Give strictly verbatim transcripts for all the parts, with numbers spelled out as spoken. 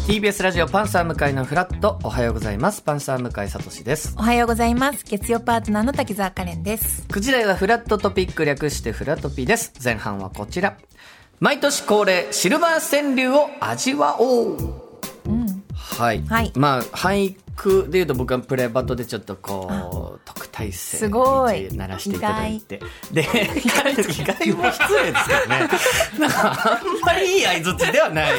ティービーエス ラジオパンサー向井のフラット。おはようございます。パンサー向井聡です。 おはようございます。月曜パートナーの滝沢カレンです。 くじ台はフラットトピック略してフラトピです。前半はこちら。毎年恒例シルバー川柳を味わおう、うん、はい、はい、まあ俳句でいうと僕はプレバトでちょっとこう特待生すごい鳴らしていただいて、で意外も失礼ですけどねなんかあんまりいい相づちではない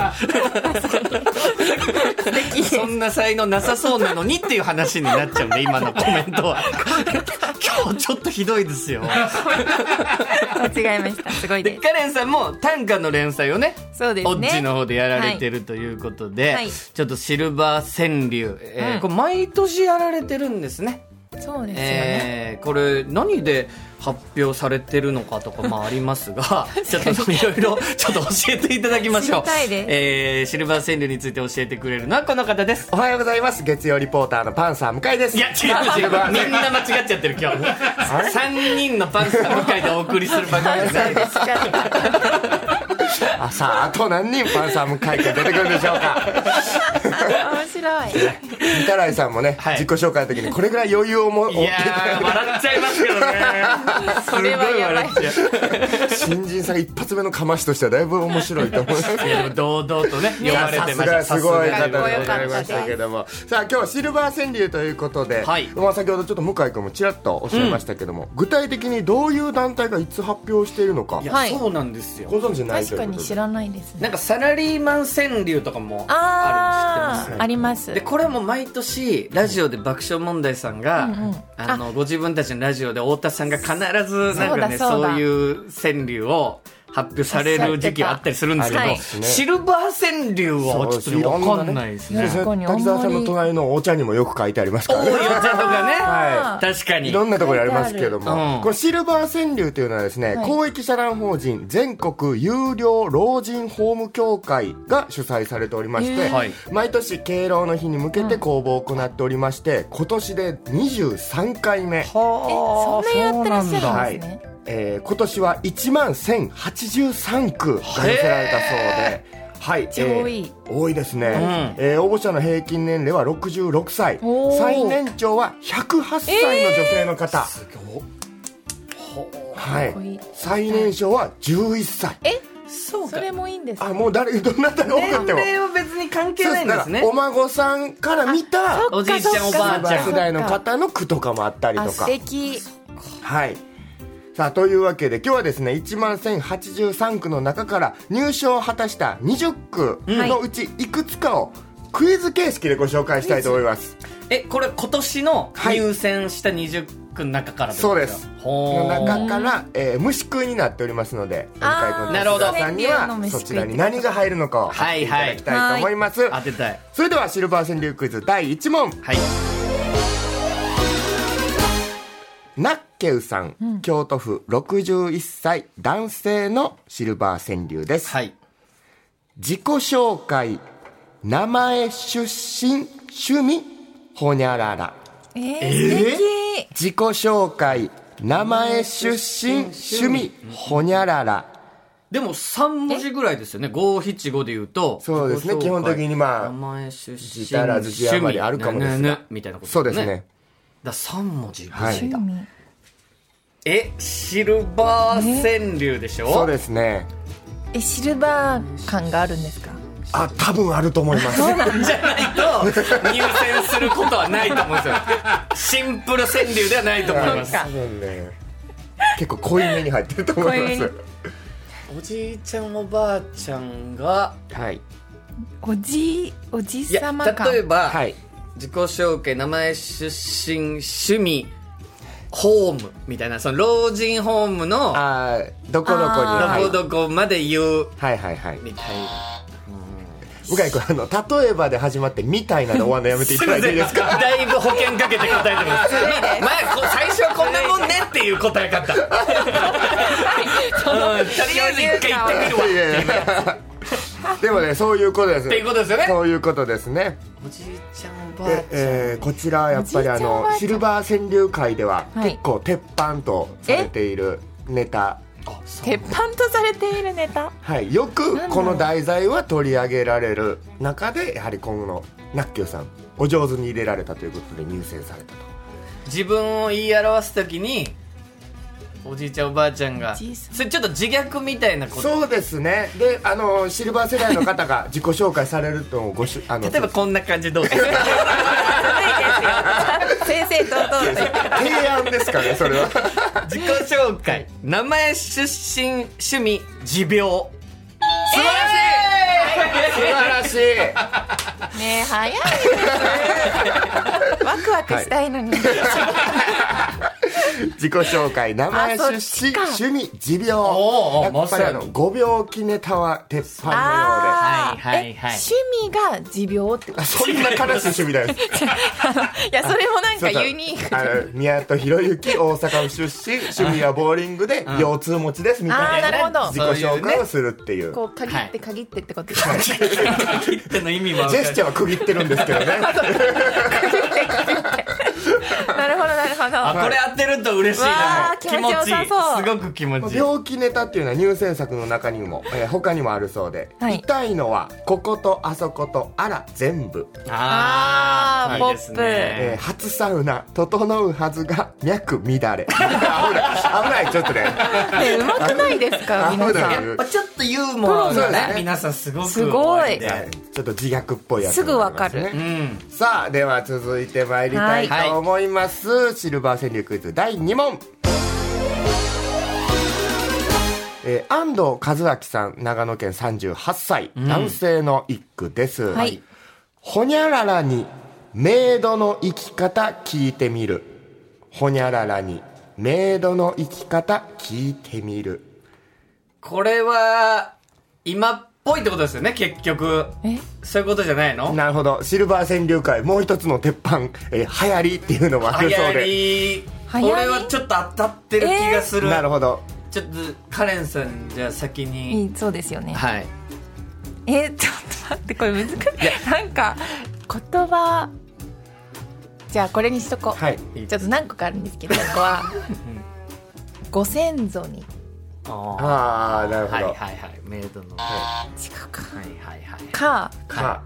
ですそんな才能なさそうなのにっていう話になっちゃうんで今のコメントは今日ちょっとひどいですよ間違えました。すごいです。 でカレンさんも短歌の連載をね、 そうですね、 オッジの方でやられてるということで、はい、ちょっとシルバー川柳、えーうん、これ毎年やられてるんですね。 そうですよね、 えー、これ何で発表されてるのかとかもありますがちょっといろいろちょっと教えていただきましょう。 知りたいです。 えー、シルバー川柳について教えてくれるのはこの方です。 おはようございます。月曜リポーターのパンサー向井です。 いや違う違うみんな間違っちゃってる今日さんにんのパンサー向井でお送りする番組じゃないですかあさああと何人パンサー向井が出てくるんでしょうか面白い。 御手洗さんもね、はい、自己紹介の時にこれぐらい余裕をもいやー笑っちゃいますけどねそれはやばい。 新人さん一発目のかましとしてはだいぶ面白いと思います。 いやでも堂々とね呼ばれてました。 すごい方でございましたけども、さあ今日はシルバー川柳ということで、はい、まあ、先ほどちょっと向井君もちらっとおっしゃいましたけども、うん、具体的にどういう団体がいつ発表しているのか、 いや、はい、そうなんですよ。 ご存知ないということで。 確かに知らないですね。 なんかサラリーマン川柳とかもあるの知ってます？ あります。 でこれも毎年ラジオで爆笑問題さんが、うんうん、あのご自分たちのラジオで太田さんが必ずなんかね、そうそういう川柳を発表される時期はあったりするんですけど、はい、シルバー川柳はちょっと分かんないですね。 滝沢さんの隣のお茶にもよく書いてありますからね。 お茶とかね、 はい、 確かにいろんなところにありますけども、うん、これシルバー川柳というのはですね、はい、公益社団法人全国有料老人ホーム協会が主催されておりまして、はい、毎年敬老の日に向けて公募を行っておりまして、うん、今年でにじゅうさんかいめ。 はあ、そんなやってらっしゃるんですね。はい、 えー、今年はいちまんせんはちじゅうさんくが寄せられたそうで、はい、 超多い、 えー、多いですね、うん、えー、応募者の平均年齢はろくじゅうろくさい、最年長はひゃくはっさいの女性の方、えー、すごい、はい、最年少はじゅういっさい。 えそうそれもいいんです、ね、 あ、もう誰どなたが多くても年齢は別に関係ないんですね。 お孫さんから見たおじいちゃんおばあちゃん世代の方の句とかもあったりとか。 素敵。 はい、さあというわけで今日はですねいちまんせんはちじゅうさんくの中から入賞を果たしたにじゅっくのうちいくつかをクイズ形式でご紹介したいと思います。 え、これ今年の入選したにじゅっくの中からですか？ そうです。の中から、えー、虫食いになっておりますので、向井君と滝沢さんにはそちらに何が入るのかを当てていただきたいと思います。 当てたい。 それではシルバー川柳クイズだいいち問。はい。ナッケウさん、うん、京都府ろくじゅういっさい男性のシルバー川柳です。はい。自己紹介、名前、出身、趣味、ほにゃらら。 えー、えー、 自己紹介、名前、出身、趣味、ほにゃらら。 でもさんもじぐらいですよね。ごひゃくななじゅうごで言うと。 そうですね。基本的にまあ、 名前、出身、 自たらず字余りあるかもですが、 みたいなことですね。そうですね。 ださんもじぐらいだ。はい、え、シルバー川柳でしょ？ そうですね。 え、シルバー感があるんですか？ あ、多分あると思います。 そうなんじゃないと入選することはないと思うんですよ。シンプル川柳ではないと思います。 多分ね、結構濃いめに入ってると思います。 おじいちゃんおばあちゃんが、 はい、 おじいおじさま感。 例えば、はい、自己紹介、名前、出身、趣味、ホームみたいな、その老人ホームのあどこどこにどこどこまで言う、 はいはいはい、みたいな。 向井君、あの例えばで始まってみたいなの終わるのやめていただいていいですか？ だいぶ保険かけて答えてます。前最初はこんなもんねっていう答え方。とりあえず一回言ってくるわっていう。 でもね、そういうことですっていうことですよね。 そういうことですね。 おじいちゃんおばあちゃん、 えー、こちらやっぱりあのシルバー川柳界では結構鉄板とされているネタ鉄板とされているネタ、 はい、よくこの題材は取り上げられる中で、やはり今後のナッキョさんお上手に入れられたということで入選されたと。 自分を言い表すときにおじいちゃんおばあちゃんがそれちょっと自虐みたいなこと。そうですね。で、あのシルバー世代の方が自己紹介されるとごしあの例えばこんな感じどうですか先生とうとう提案ですかね、それは。 自己紹介、名前、出身、趣味、持病。素晴らしい、 えー、素晴らしいねえ、早いワクワクしたいのに、はい自己紹介、名前、出身、趣味、持病。やっぱりあのご病気ネタは鉄板のようで、 はいはいはい、 趣味が持病ってこと。 そんな悲しい趣味だよ。 いや、それもなんかユニーク。 あの宮戸博之、大阪府出身、趣味はボーリングで腰痛持ちですみたいな、 なるほど、 自己紹介をするっていう。 こう限って限ってってことですね。 限っての意味もジェスチャーは区切ってるんですけどね。 なるほどなるほど。 あ、これ当てると嬉しいな。 気持ちよさそう。 すごく気持ちいい。 病気ネタっていうのは入選作の中にも、えー、他にもあるそうで、はい、痛いのはこことあそことあら全部。 あー、ポップ、 えー、初サウナ整うはずが脈乱れ。危ない危ない、ちょっとね。 ね、うまくないですか皆さん。 やっぱちょっとユーモアがね、皆さんすごくすごい。 ちょっと自虐っぽいやつ、ね、 すぐわかる、 うん、さあでは続いて参りたいと思います、はい、シルバー川柳クイズだいに問、えー、安藤和明さん、長野県さんじゅうはっさい、うん、男性の一句です、はい、ほにゃららにメイドの生き方聞いてみる。ほにゃららにメイドの生き方聞いてみる。 これは今っぽいってことですよね、結局。え、そういうことじゃないの？ なるほど。シルバー川柳界もう一つの鉄板、えー、流行りっていうのもあるそうで。 流行り、これはちょっと当たってる気がする、 えー、なるほど。 ちょっとカレンさん、じゃあ先に。 そうですよね。 はい。 えー、ちょっと待って、これ難しい。なんか言葉、じゃあこれにしとこう、はい、ちょっと何個かあるんですけど、ここはご先祖に。 ああ、なるほど。 はいはいはい、メイドの、 はい、違うか。 はいはいはい。 かか。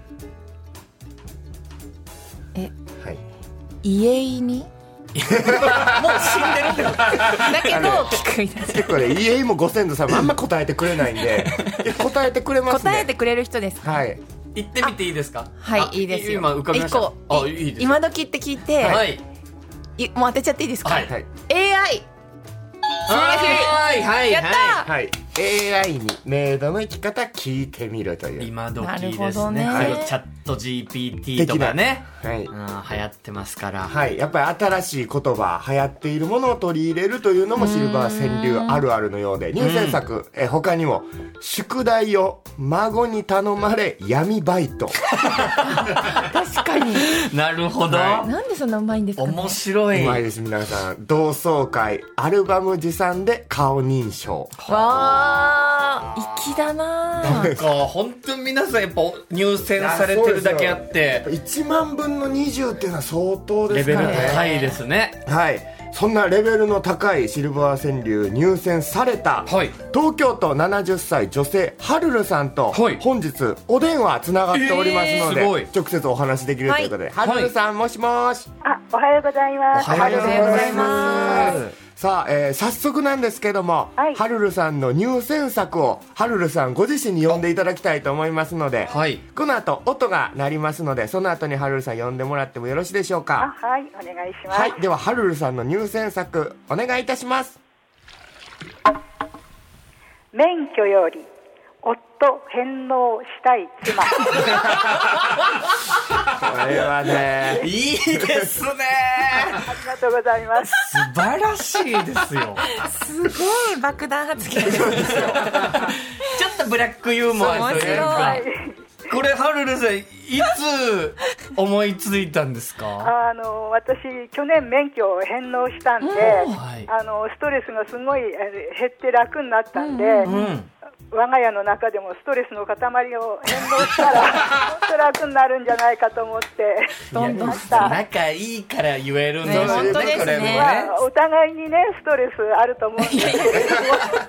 え、 はい。 家に。もう死んでるってこと。 だけど聞くみたいな。 結構ね、家もご先祖さんあんま答えてくれないんで、答えてくれますね。 答えてくれる人ですか。 はい。 言ってみていいですか。 はい、いいですよ。 今浮かびました。 いっこ。あ、いいです。今時って聞いて、はい。もう当てちゃっていいですか。 はい。 エーアイ。 はいはい、 やったー、 はい、エーアイ にメイドの生き方聞いてみるという。 今時ですね。はい、チャット ジーピーティー とかね、はい、あ、流行ってますから。 はい、やっぱり新しい言葉、流行っているものを取り入れるというのもシルバー川柳あるあるのようで、入選作、え他にも宿題を孫に頼まれ闇バイト。 確かに。 なるほど、 はい、なんでそんなうまいんですかね。 面白い。 うまいです。皆さん、同窓会アルバム持参で顔認証。 わー、粋だな。 なんか本当に皆さんやっぱ入選されてるだけあっていちまんぶんのにじゅうっていうのは相当ですからね。 レベル高いですね。 はい、そんなレベルの高いシルバー川柳入選された、はい、東京都ななじゅっさい女性はるるさんと、はい、本日お電話つながっておりますので、えー、直接お話できるということで、はい、はるるさん、もしもし。 あ、おはようございます。 おはようございます。 さあ、えー、早速なんですけども、はい、はるるさんの入選作をはるるさんご自身に読んでいただきたいと思いますので、はい、この後音が鳴りますので、その後にはるるさん読んでもらってもよろしいでしょうか。 あ、はい、お願いします。 はい、でははるるさんの入選作お願いいたします。 免許より夫返納したい妻。これはね、 いいですね。 ありがとうございます。 素晴らしいですよ。 すごい爆弾発言ですよ。ちょっとブラックユーモアというか。これはるるさん、いつ思いついたんですか。 あの私去年免許を返納したんで、あのストレスがすごい減って楽になったんで、うんうん、我が家の中でもストレスの塊を返納したら本当楽になるんじゃないかと思ってどんどん仲いいから言えるんですよね。 ね、本当ですね、 これもね、 まあ、お互いにねストレスあると思うんですけれども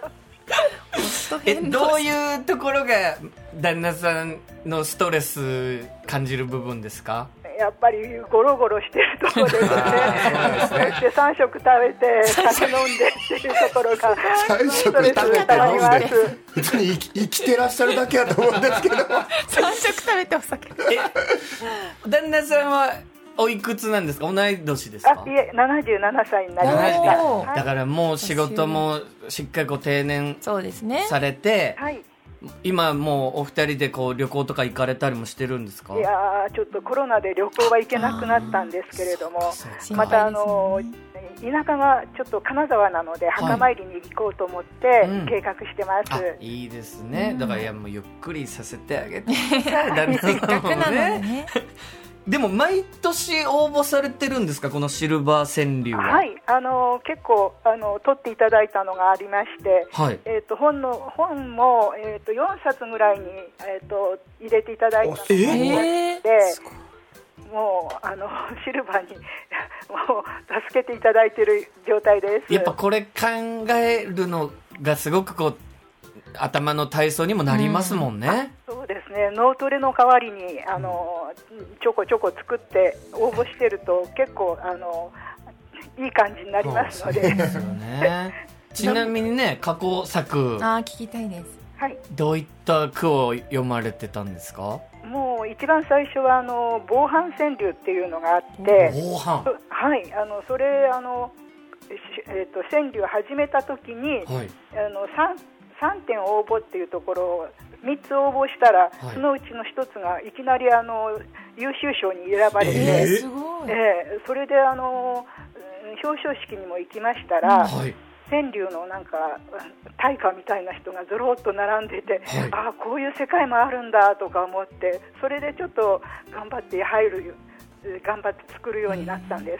えどういうところが旦那さんのストレス感じる部分ですか？ やっぱりゴロゴロしてるところですね。そしてさん食食べて酒飲んでっていうところがさん食食べて飲んで普通に生き、生きてらっしゃるだけやと思うんですけどさん食食べてお酒え旦那さんはおいくつなんですか？同い年ですか？ あ、いえ、ななじゅうななさいになりました。 だからもう仕事もしっかりこう定年されて、はい、今もうお二人でこう旅行とか行かれたりもしてるんですか？ いやちょっとコロナで旅行は行けなくなったんですけれども、またあの田舎がちょっと金沢なので墓参りに行こうと思って計画してます、 うん、いいですね、うん、だからいやもうゆっくりさせてあげてせっかくなのでねでも毎年応募されてるんですか、このシルバー川柳は？ はい、あの結構あの取っていただいたのがありまして、はい、えー、と本の本も、えー、とよんさつぐらいに、えー、と入れていただいたのがあって、えー、もうあのシルバーにもう助けていただいている状態です。 やっぱこれ考えるのがすごくこう頭の体操にもなりますもんね、 うん、そうですね。脳トレの代わりにあのちょこちょこ作って応募してると結構あのいい感じになりますので。そうですよねちなみにね、過去作あ聞きたいです、 はい、 どういった句を読まれてたんですか？ もう一番最初はあの防犯川柳っていうのがあって、 防犯、 はい、あのそれあの、えー、と川柳を始めた時に、はい、あの 3, さんてん応募っていうところをみっつ応募したら、はい、そのうちのひとつがいきなりあの優秀賞に選ばれて、 えーすごいえー、それであの表彰式にも行きましたら、はい、川柳のなんか大家みたいな人がずろっと並んでて、はい、ああこういう世界もあるんだとか思って、それでちょっと頑張って入る頑張って作るようになったんです。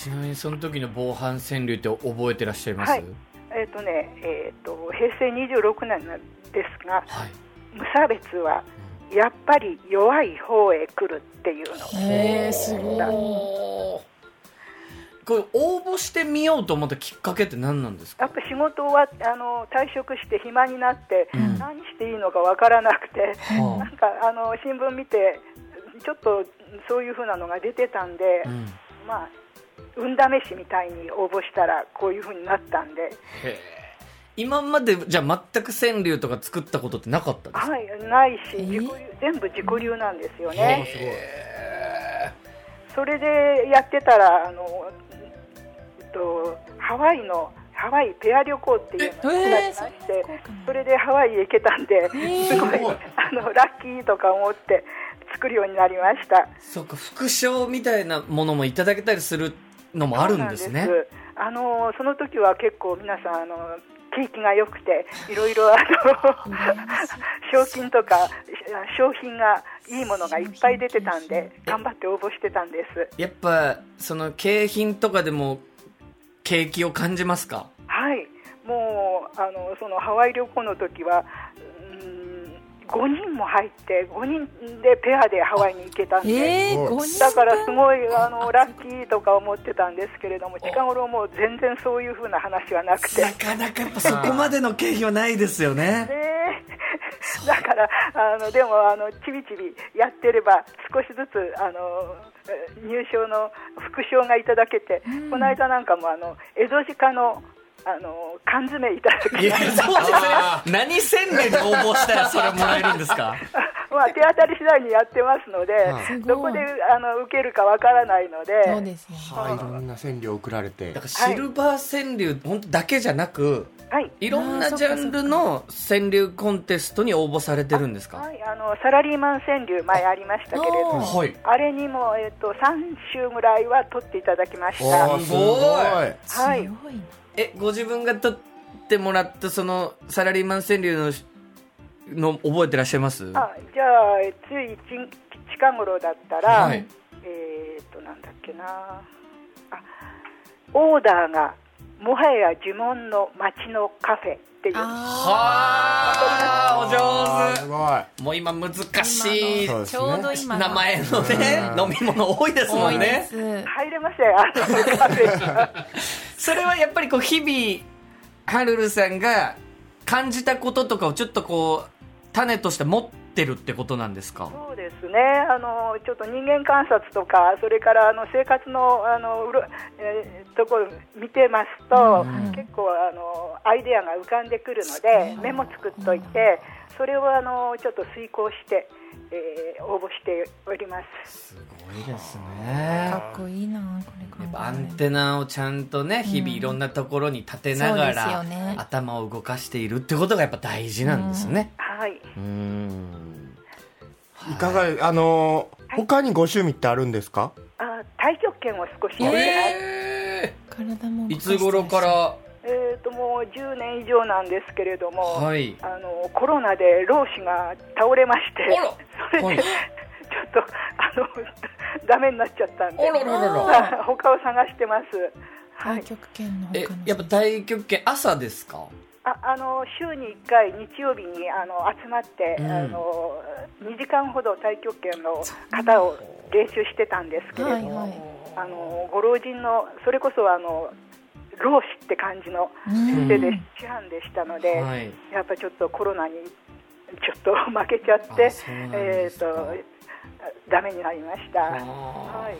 ちなみにその時の防犯川柳って覚えてらっしゃいます？はい、 えーとねえー、と平成にじゅうろくねんですが、はい、無差別はやっぱり弱い方へ来るっていうの。 へーすごい。 これ応募してみようと思ったきっかけって何なんですか？ やっぱ仕事はあの退職して暇になって、うん、何していいのかわからなくて、うん、なんかあの新聞見てちょっとそういう風なのが出てたんで、うん、まあ運試しみたいに応募したらこういう風になったんで。 へ今までじゃあ全く川柳とか作ったことってなかったですか？ はい、ないし自己全部自己流なんですよね。 へそれでやってたらあのとハワイのハワイペア旅行っていうのがありまして、それでハワイへ行けたんで、すごいあのラッキーとか思って作るようになりました。 そうか、副賞みたいなものもいただけたりするのもあるんですね。 そうなんです。あのその時は結構皆さんあの景気が良くていろいろあの賞金とか商品がいいものがいっぱい出てたんで頑張って応募してたんです。 やっぱその景品とかでも景気を感じますか？ はい、もうあのそのハワイ旅行の時はごにんも入ってごにんでペアでハワイに行けたんで、えー、だからすごいあのラッキーとか思ってたんですけれども、近頃もう全然そういう風な話はなくて、 なかなかやっぱそこまでの経費はないですよね。ねだからあのでもあのちびちびやってれば少しずつあの入賞の副賞がいただけて、うん、この間なんかもあのエゾジカのあの缶詰いただきました。そうですね。 何川柳に応募したらそれもらえるんですか？ まあ手当たり次第にやってますので、はあ、どこであの受けるかわからないので、 そうですね。 はい、いろんな川柳送られて、 だからシルバー川柳、はい、本当だけじゃなく、はい、いろんなジャンルの川柳コンテストに応募されてるんですか？ はい、あのサラリーマン川柳前ありましたけれども、あ, はい、あれにも、えー、とさん週ぐらいは取っていただきました。 すごい。はい。 強い。 えご自分が取ってもらったそのサラリーマン川柳 の, の覚えてらっしゃいます？ あじゃあつい近頃だったら、はい、えーとなんだっけなあオーダーがもはや呪文の街のカフェっていう。 はあお上手。すごい。もう今難しいちょうど今名前のね飲み物多いですもんね。 入れませんあのカフェそれはやっぱりこう日々ハルルさんが感じたこととかをちょっとこう種として持ってるってことなんですか？ そうですね、あのちょっと人間観察とか、それからあの生活の、あのうろ、えー、ところ見てますと、うん、結構あのアイデアが浮かんでくるのでメモ作っといて、それをあのちょっと遂行して、えー、応募しております。 すごいですね。 かっこいいな。これやっぱアンテナをちゃんとね、日々いろんなところに立てながら、うん、ね、頭を動かしているってことがやっぱ大事なんですね。 うん、はい。 うーん、 いかが、あのーはい、他にご趣味ってあるんですか？ あ、太極拳を少しやってます。 えー、 体もいつ頃から？ えー、ともうじゅうねん以上なんですけれども、 はい、 あのコロナで老子が倒れまして、それで、はい、ちょっとあのダメになっちゃったんで、 あらららら他を探してます。 太極拳の他の、 え、やっぱ太極拳朝ですか？ ああの週にいっかい日曜日にあの集まって、うん、あのにじかんほど太極拳の型を練習してたんですけれども、はいはい、あのご老人のそれこそあの老子って感じの先生で師範でしたので、はい、やっぱちょっとコロナにちょっと負けちゃって、えーとダメになりました。はい、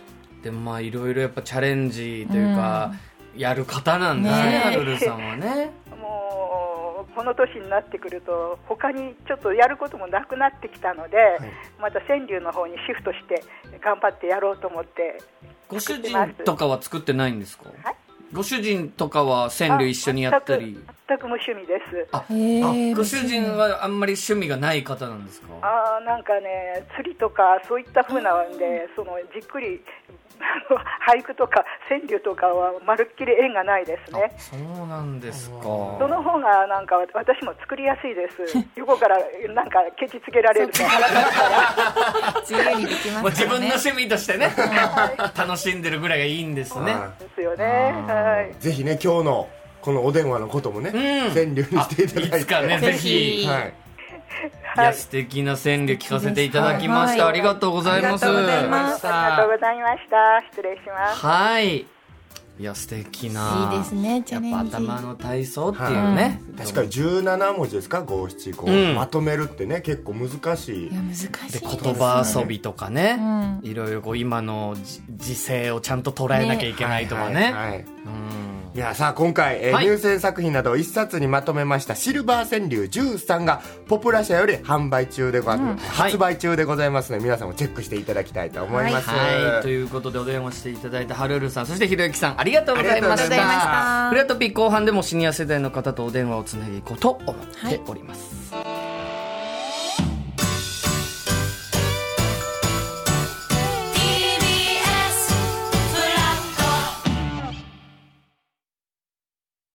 でもまあいろいろやっぱチャレンジというか、うん、やる方なんですね、はるるさんはね。 もうこの年になってくると他にちょっとやることもなくなってきたので、はい、また川柳の方にシフトして頑張ってやろうと思って。 ご主人とかは作ってないんですか？はい、ご主人とかは川柳一緒にやったり？ 全く無趣味です。 あ、あ、ご主人はあんまり趣味がない方なんですか？ あ、なんかね、釣りとかそういった風なんで、そのじっくりあの俳句とか川柳とかはまるっきり縁がないですね。 そうなんですか。 その方がなんか私も作りやすいです。横からなんかケチつけられると自由にできますね。 自分の趣味としてね楽しんでるぐらいがいいんですね。 ですよね。はい。 ぜひね、今日のこのお電話のこともね、うん、川柳にしていただいて、 いつかね、ぜひ、はい、いや、素敵な川柳聞かせていただきました。はい、ありがとうございます。ありがとうございました。 ありがとうございました。失礼します。 はい。いや、素敵な。 いいですね、チャレンジ。 頭の体操っていうね。 はい、確かにじゅうななもじですか、五七五、うん、まとめるってね、結構難しい。 いや、難しいですね。 で、言葉遊びとかね、うん、いろいろこう今の時勢をちゃんと捉えなきゃいけないとかね。ね、はいはいはい、うん、 いやさあ今回、えーはい、入選作品などを一冊にまとめましたシルバー川柳じゅうさんがポプラ社より販売中でございます、うん、発売中でございますので、皆さんもチェックしていただきたいと思います、 はいはい、ということでお電話していただいたはるるさん、そしてひろゆきさん、ありがとうございました。フラトピー後半でもシニア世代の方とお電話をつないでいこうと思っております、はい。